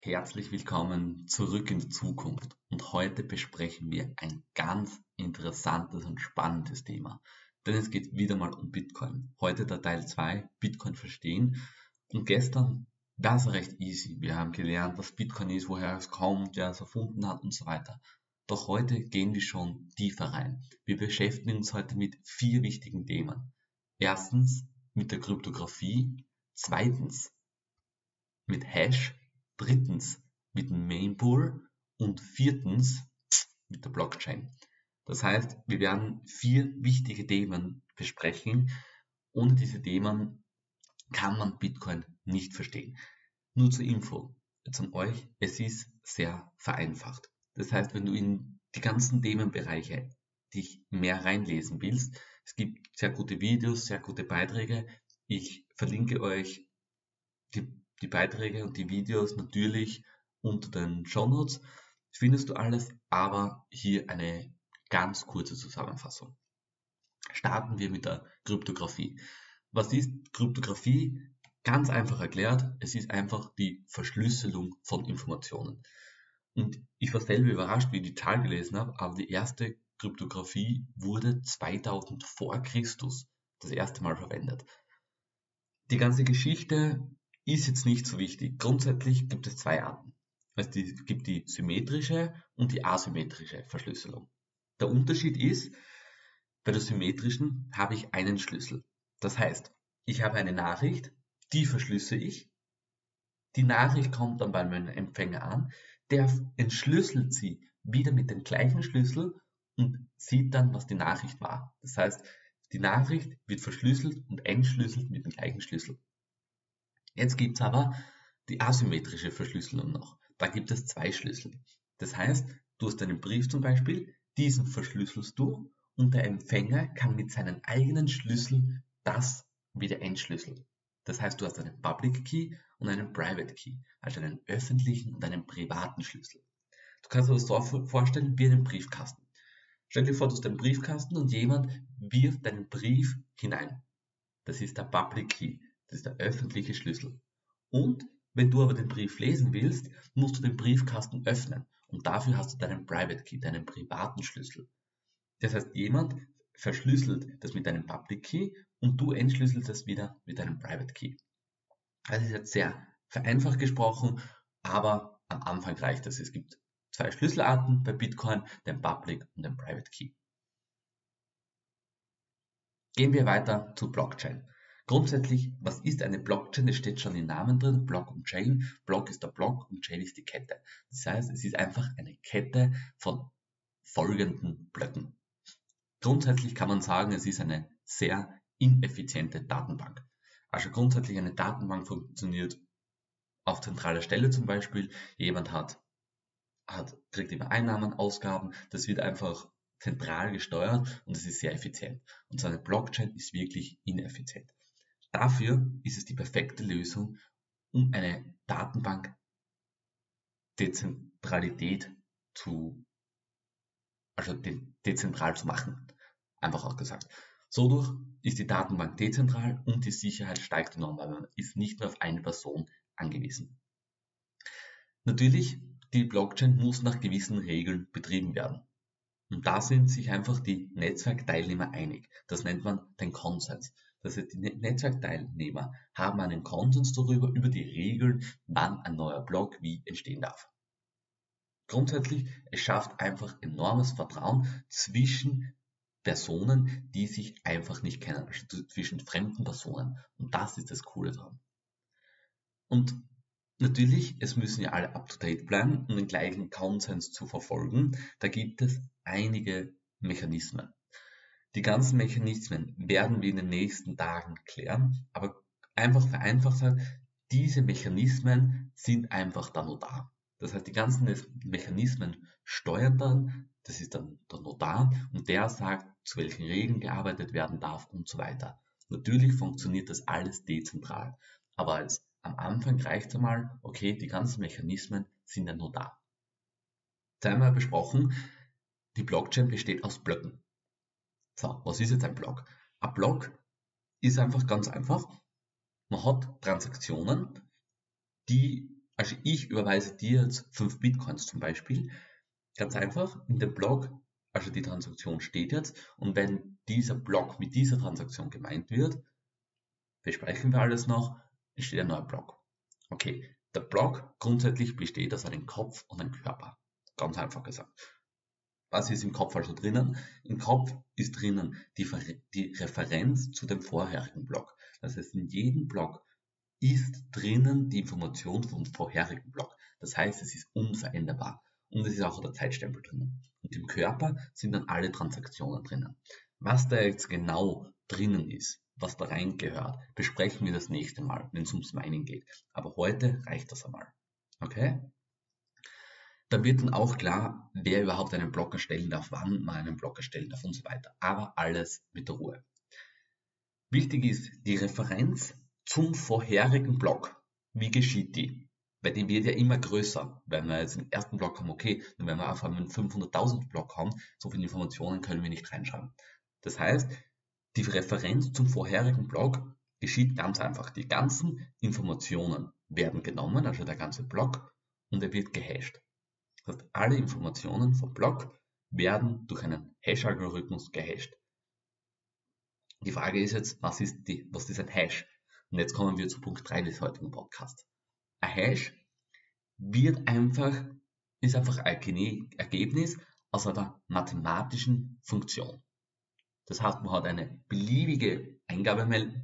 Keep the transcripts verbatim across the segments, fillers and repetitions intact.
Herzlich willkommen zurück in die Zukunft und heute besprechen wir ein ganz interessantes und spannendes Thema, denn es geht wieder mal um Bitcoin. Heute der Teil zwei, Bitcoin verstehen, und gestern war es recht easy. Wir haben gelernt, was Bitcoin ist, woher es kommt, wer es erfunden hat und so weiter. Doch heute gehen wir schon tiefer rein. Wir beschäftigen uns heute mit vier wichtigen Themen. Erstens mit der Kryptographie, zweitens mit Hash, drittens mit dem Mainpool und viertens mit der Blockchain. Das heißt, wir werden vier wichtige Themen besprechen. Ohne diese Themen kann man Bitcoin nicht verstehen. Nur zur Info, jetzt an euch, es ist sehr vereinfacht. Das heißt, wenn du in die ganzen Themenbereiche dich mehr reinlesen willst, es gibt sehr gute Videos, sehr gute Beiträge. Ich verlinke euch die, die Beiträge und die Videos natürlich unter den Shownotes. Findest du alles, aber hier eine ganz kurze Zusammenfassung. Starten wir mit der Kryptographie. Was ist Kryptographie? Ganz einfach erklärt, es ist einfach die Verschlüsselung von Informationen. Und ich war selber überrascht, wie ich die Zahl gelesen habe, aber die erste Kryptographie wurde zweitausend vor Christus das erste Mal verwendet. Die ganze Geschichte ist jetzt nicht so wichtig. Grundsätzlich gibt es zwei Arten. Es gibt die symmetrische und die asymmetrische Verschlüsselung. Der Unterschied ist, bei der symmetrischen habe ich einen Schlüssel. Das heißt, ich habe eine Nachricht, die verschlüssel ich. Die Nachricht kommt dann bei meinem Empfänger an, der entschlüsselt sie wieder mit dem gleichen Schlüssel und sieht dann, was die Nachricht war. Das heißt, die Nachricht wird verschlüsselt und entschlüsselt mit dem gleichen Schlüssel. Jetzt gibt es aber die asymmetrische Verschlüsselung noch. Da gibt es zwei Schlüssel. Das heißt, du hast einen Brief zum Beispiel, diesen verschlüsselst du und der Empfänger kann mit seinem eigenen Schlüssel das wieder entschlüsseln. Das heißt, du hast einen Public Key und einen Private Key, also einen öffentlichen und einen privaten Schlüssel. Du kannst dir das so vorstellen wie einen Briefkasten. Stell dir vor, du hast einen Briefkasten und jemand wirft deinen Brief hinein. Das ist der Public Key, das ist der öffentliche Schlüssel. Und wenn du aber den Brief lesen willst, musst du den Briefkasten öffnen. Und dafür hast du deinen Private Key, deinen privaten Schlüssel. Das heißt, jemand verschlüsselt das mit deinem Public Key und du entschlüsselst das wieder mit deinem Private Key. Das ist jetzt sehr vereinfacht gesprochen, aber am Anfang reicht es. Es gibt zwei Schlüsselarten bei Bitcoin, den Public und den Private Key. Gehen wir weiter zu Blockchain. Grundsätzlich, was ist eine Blockchain? Es steht schon im Namen drin, Block und Chain. Block ist der Block und Chain ist die Kette. Das heißt, es ist einfach eine Kette von folgenden Blöcken. Grundsätzlich kann man sagen, es ist eine sehr ineffiziente Datenbank. Also grundsätzlich eine Datenbank funktioniert auf zentraler Stelle zum Beispiel. Jemand hat, hat, kriegt immer Einnahmen, Ausgaben. Das wird einfach zentral gesteuert und es ist sehr effizient. Und so eine Blockchain ist wirklich ineffizient. Dafür ist es die perfekte Lösung, um eine Datenbank Dezentralität zu, also de dezentral zu machen. Einfach auch gesagt. Sodurch ist die Datenbank dezentral und die Sicherheit steigt enorm, weil man ist nicht mehr auf eine Person angewiesen. Natürlich, die Blockchain muss nach gewissen Regeln betrieben werden. Und da sind sich einfach die Netzwerkteilnehmer einig. Das nennt man den Konsens. Das heißt, die Netzwerkteilnehmer haben einen Konsens darüber, über die Regeln, wann ein neuer Block wie entstehen darf. Grundsätzlich, es schafft einfach enormes Vertrauen zwischen Personen, die sich einfach nicht kennen, also zwischen fremden Personen. Und das ist das Coole daran. Und natürlich, es müssen ja alle up-to-date bleiben, um den gleichen Konsens zu verfolgen. Da gibt es einige Mechanismen. Die ganzen Mechanismen werden wir in den nächsten Tagen klären, aber einfach vereinfacht gesagt, diese Mechanismen sind einfach dann nur da. Das heißt, die ganzen Mechanismen steuern dann, das ist dann der Notar und der sagt, zu welchen Regeln gearbeitet werden darf und so weiter. Natürlich funktioniert das alles dezentral, aber als am Anfang reicht es einmal, okay, die ganzen Mechanismen sind ja nur da. Jetzt haben wir besprochen, die Blockchain besteht aus Blöcken. So, was ist jetzt ein Block? Ein Block ist einfach ganz einfach. Man hat Transaktionen, die Also ich überweise dir jetzt fünf Bitcoins zum Beispiel. Ganz einfach, in dem Block, also die Transaktion steht jetzt, und wenn dieser Block mit dieser Transaktion gemeint wird, besprechen wir alles noch, entsteht ein neuer Block. Okay, der Block grundsätzlich besteht aus einem Kopf und einem Körper. Ganz einfach gesagt. Was ist im Kopf also drinnen? Im Kopf ist drinnen die, die Referenz zu dem vorherigen Block. Das heißt, in jedem Block ist drinnen die Information vom vorherigen Block. Das heißt, es ist unveränderbar. Und es ist auch der Zeitstempel drinnen. Und im Körper sind dann alle Transaktionen drinnen. Was da jetzt genau drinnen ist, was da reingehört, besprechen wir das nächste Mal, wenn es ums Mining geht. Aber heute reicht das einmal. Okay? Da wird dann auch klar, wer überhaupt einen Block erstellen darf, wann man einen Block erstellen darf und so weiter. Aber alles mit der Ruhe. Wichtig ist die Referenz zum vorherigen Block. Wie geschieht die? Weil die wird ja immer größer. Wenn wir jetzt den ersten Block haben, okay, dann werden wir auf einen fünfhunderttausend Block haben. So viele Informationen können wir nicht reinschreiben. Das heißt, die Referenz zum vorherigen Block geschieht ganz einfach. Die ganzen Informationen werden genommen, also der ganze Block, und er wird gehasht. Das heißt, alle Informationen vom Block werden durch einen Hash-Algorithmus gehasht. Die Frage ist jetzt, was ist, die, was ist ein Hash? Und jetzt kommen wir zu Punkt drei des heutigen Podcasts. Ein Hash wird einfach, ist einfach ein Ergebnis aus einer mathematischen Funktion. Das heißt, man hat eine beliebige Eingabemenge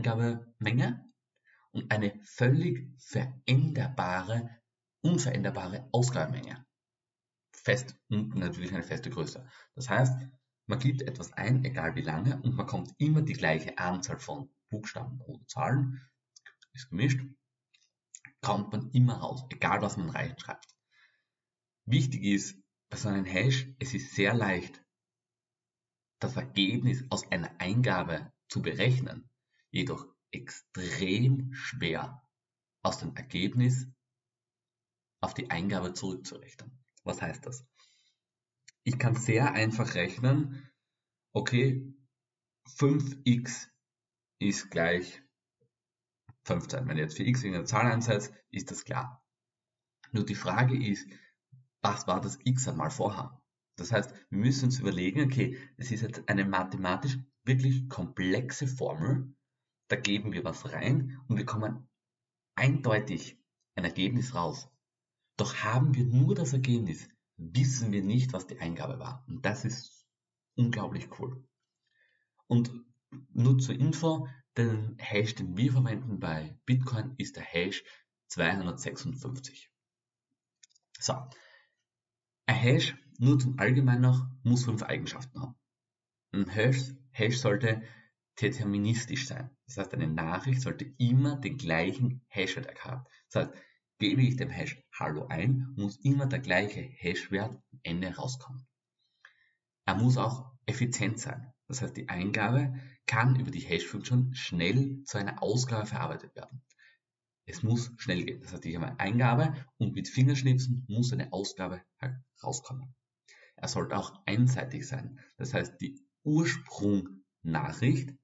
und eine völlig veränderbare, unveränderbare Ausgabemenge. Fest und natürlich eine feste Größe. Das heißt, man gibt etwas ein, egal wie lange, und man bekommt immer die gleiche Anzahl von Buchstaben oder Zahlen, ist gemischt, kommt man immer raus, egal was man reinschreibt. Wichtig ist bei so einem Hash, es ist sehr leicht, das Ergebnis aus einer Eingabe zu berechnen, jedoch extrem schwer aus dem Ergebnis auf die Eingabe zurückzurechnen. Was heißt das? Ich kann sehr einfach rechnen, okay, fünf x ist gleich fünfzehn. Wenn ich jetzt für x irgendeine Zahl einsetze, ist das klar. Nur die Frage ist, was war das x einmal vorher? Das heißt, wir müssen uns überlegen, okay, es ist jetzt eine mathematisch wirklich komplexe Formel, da geben wir was rein und wir kommen eindeutig ein Ergebnis raus. Doch haben wir nur das Ergebnis, wissen wir nicht, was die Eingabe war. Und das ist unglaublich cool. Und nur zur Info, den Hash, den wir verwenden bei Bitcoin, ist der Hash zweihundertsechsundfünfzig. So, ein Hash, nur zum Allgemeinen noch, muss fünf Eigenschaften haben. Ein Hash, Hash sollte deterministisch sein. Das heißt, eine Nachricht sollte immer den gleichen Hashwert haben. Das heißt, gebe ich dem Hash Hallo ein, muss immer der gleiche Hashwert am Ende rauskommen. Er muss auch effizient sein. Das heißt, die Eingabe kann über die Hash-Funktion schnell zu einer Ausgabe verarbeitet werden. Es muss schnell gehen. Das heißt, ich habe eine Eingabe und mit Fingerschnipsen muss eine Ausgabe rauskommen. Er sollte auch einseitig sein. Das heißt, die Ursprungnachricht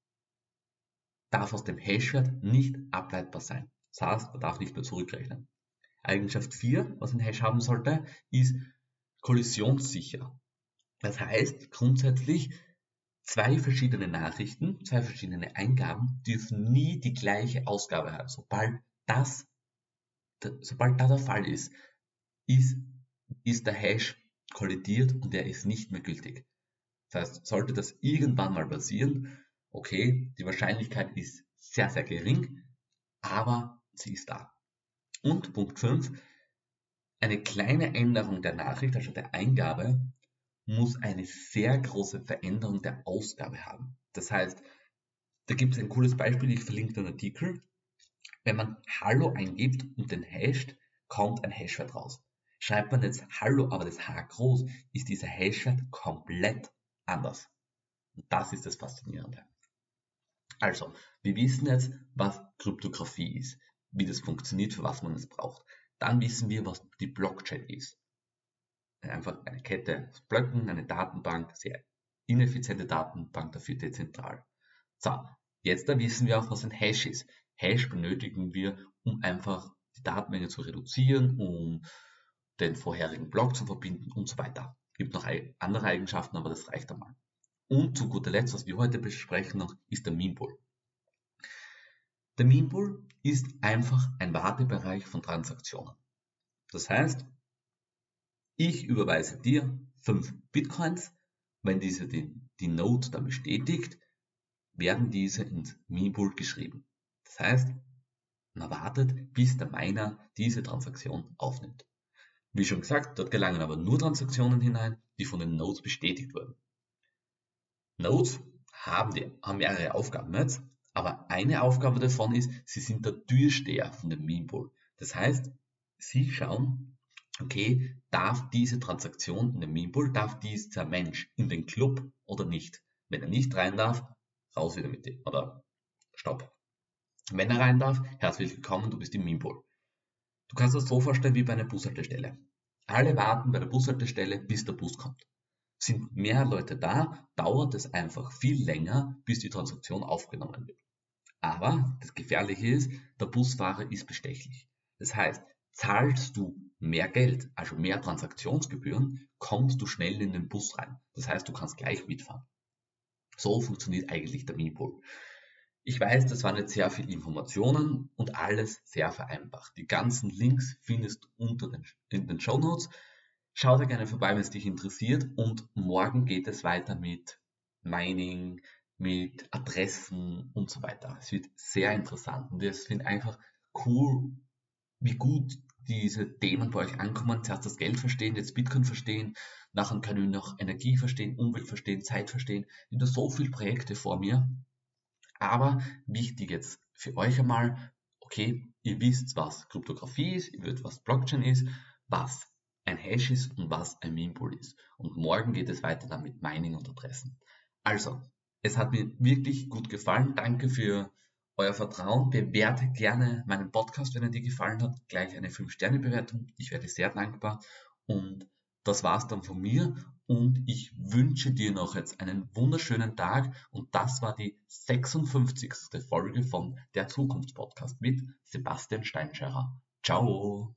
darf aus dem Hashwert nicht ableitbar sein. Das heißt, man darf nicht mehr zurückrechnen. Eigenschaft vier, was ein Hash haben sollte, ist kollisionssicher. Das heißt, grundsätzlich zwei verschiedene Nachrichten, zwei verschiedene Eingaben dürfen nie die gleiche Ausgabe haben. Sobald das, sobald das der Fall ist, ist, ist der Hash kollidiert und der ist nicht mehr gültig. Das heißt, sollte das irgendwann mal passieren, okay, die Wahrscheinlichkeit ist sehr, sehr gering, aber sie ist da. Und Punkt fünf, eine kleine Änderung der Nachricht, also der Eingabe, muss eine sehr große Veränderung der Ausgabe haben. Das heißt, da gibt es ein cooles Beispiel, ich verlinke den Artikel. Wenn man Hallo eingibt und den hasht, kommt ein Hashwert raus. Schreibt man jetzt Hallo, aber das H groß, ist dieser Hashwert komplett anders. Und das ist das Faszinierende. Also, wir wissen jetzt, was Kryptographie ist, wie das funktioniert, für was man es braucht. Dann wissen wir, was die Blockchain ist. Einfach eine Kette aus Blöcken, eine Datenbank, sehr ineffiziente Datenbank, dafür dezentral. So, jetzt da wissen wir auch, was ein Hash ist. Hash benötigen wir, um einfach die Datenmenge zu reduzieren, um den vorherigen Block zu verbinden und so weiter. Es gibt noch andere Eigenschaften, aber das reicht einmal. Und zu guter Letzt, was wir heute besprechen noch, ist der Mempool. Der Mempool ist einfach ein Wartebereich von Transaktionen. Das heißt, ich überweise dir fünf Bitcoins. Wenn diese die, die Node dann bestätigt, werden diese ins Mempool geschrieben. Das heißt, man wartet, bis der Miner diese Transaktion aufnimmt. Wie schon gesagt, dort gelangen aber nur Transaktionen hinein, die von den Nodes bestätigt wurden. Nodes haben, die, haben mehrere Aufgaben jetzt, aber eine Aufgabe davon ist, sie sind der Türsteher von dem Mempool. Das heißt, sie schauen, okay, darf diese Transaktion in den Mempool, darf dieser Mensch in den Club oder nicht? Wenn er nicht rein darf, raus wieder mit dem, oder stopp. Wenn er rein darf, herzlich willkommen, du bist im Mempool. Du kannst das so vorstellen wie bei einer Bushaltestelle. Alle warten bei der Bushaltestelle, bis der Bus kommt. Sind mehr Leute da, dauert es einfach viel länger, bis die Transaktion aufgenommen wird. Aber das Gefährliche ist, der Busfahrer ist bestechlich. Das heißt, zahlst du mehr Geld, also mehr Transaktionsgebühren, kommst du schnell in den Bus rein. Das heißt, du kannst gleich mitfahren. So funktioniert eigentlich der Mempool. Ich weiß, das waren jetzt sehr viele Informationen und alles sehr vereinfacht. Die ganzen Links findest du unter den, in den Shownotes. Schau da gerne vorbei, wenn es dich interessiert. Und morgen geht es weiter mit Mining, mit Adressen und so weiter. Es wird sehr interessant und ich finde einfach cool, wie gut diese Themen bei euch ankommen. Zuerst das Geld verstehen, jetzt Bitcoin verstehen, nachher können wir noch Energie verstehen, Umwelt verstehen, Zeit verstehen. Ich habe da so viele Projekte vor mir. Aber wichtig jetzt für euch einmal, okay, ihr wisst, was Kryptographie ist, ihr wisst, was Blockchain ist, was ein Hash ist und was ein Mempool ist. Und morgen geht es weiter dann mit Mining und Adressen. Also, es hat mir wirklich gut gefallen. Danke für euer Vertrauen. Bewertet gerne meinen Podcast, wenn er dir gefallen hat. Gleich eine fünf Sterne Bewertung. Ich werde sehr dankbar. Und das war's dann von mir und ich wünsche dir noch jetzt einen wunderschönen Tag und das war die sechsundfünfzigste Folge von der Zukunftspodcast mit Sebastian Steinscherer. Ciao!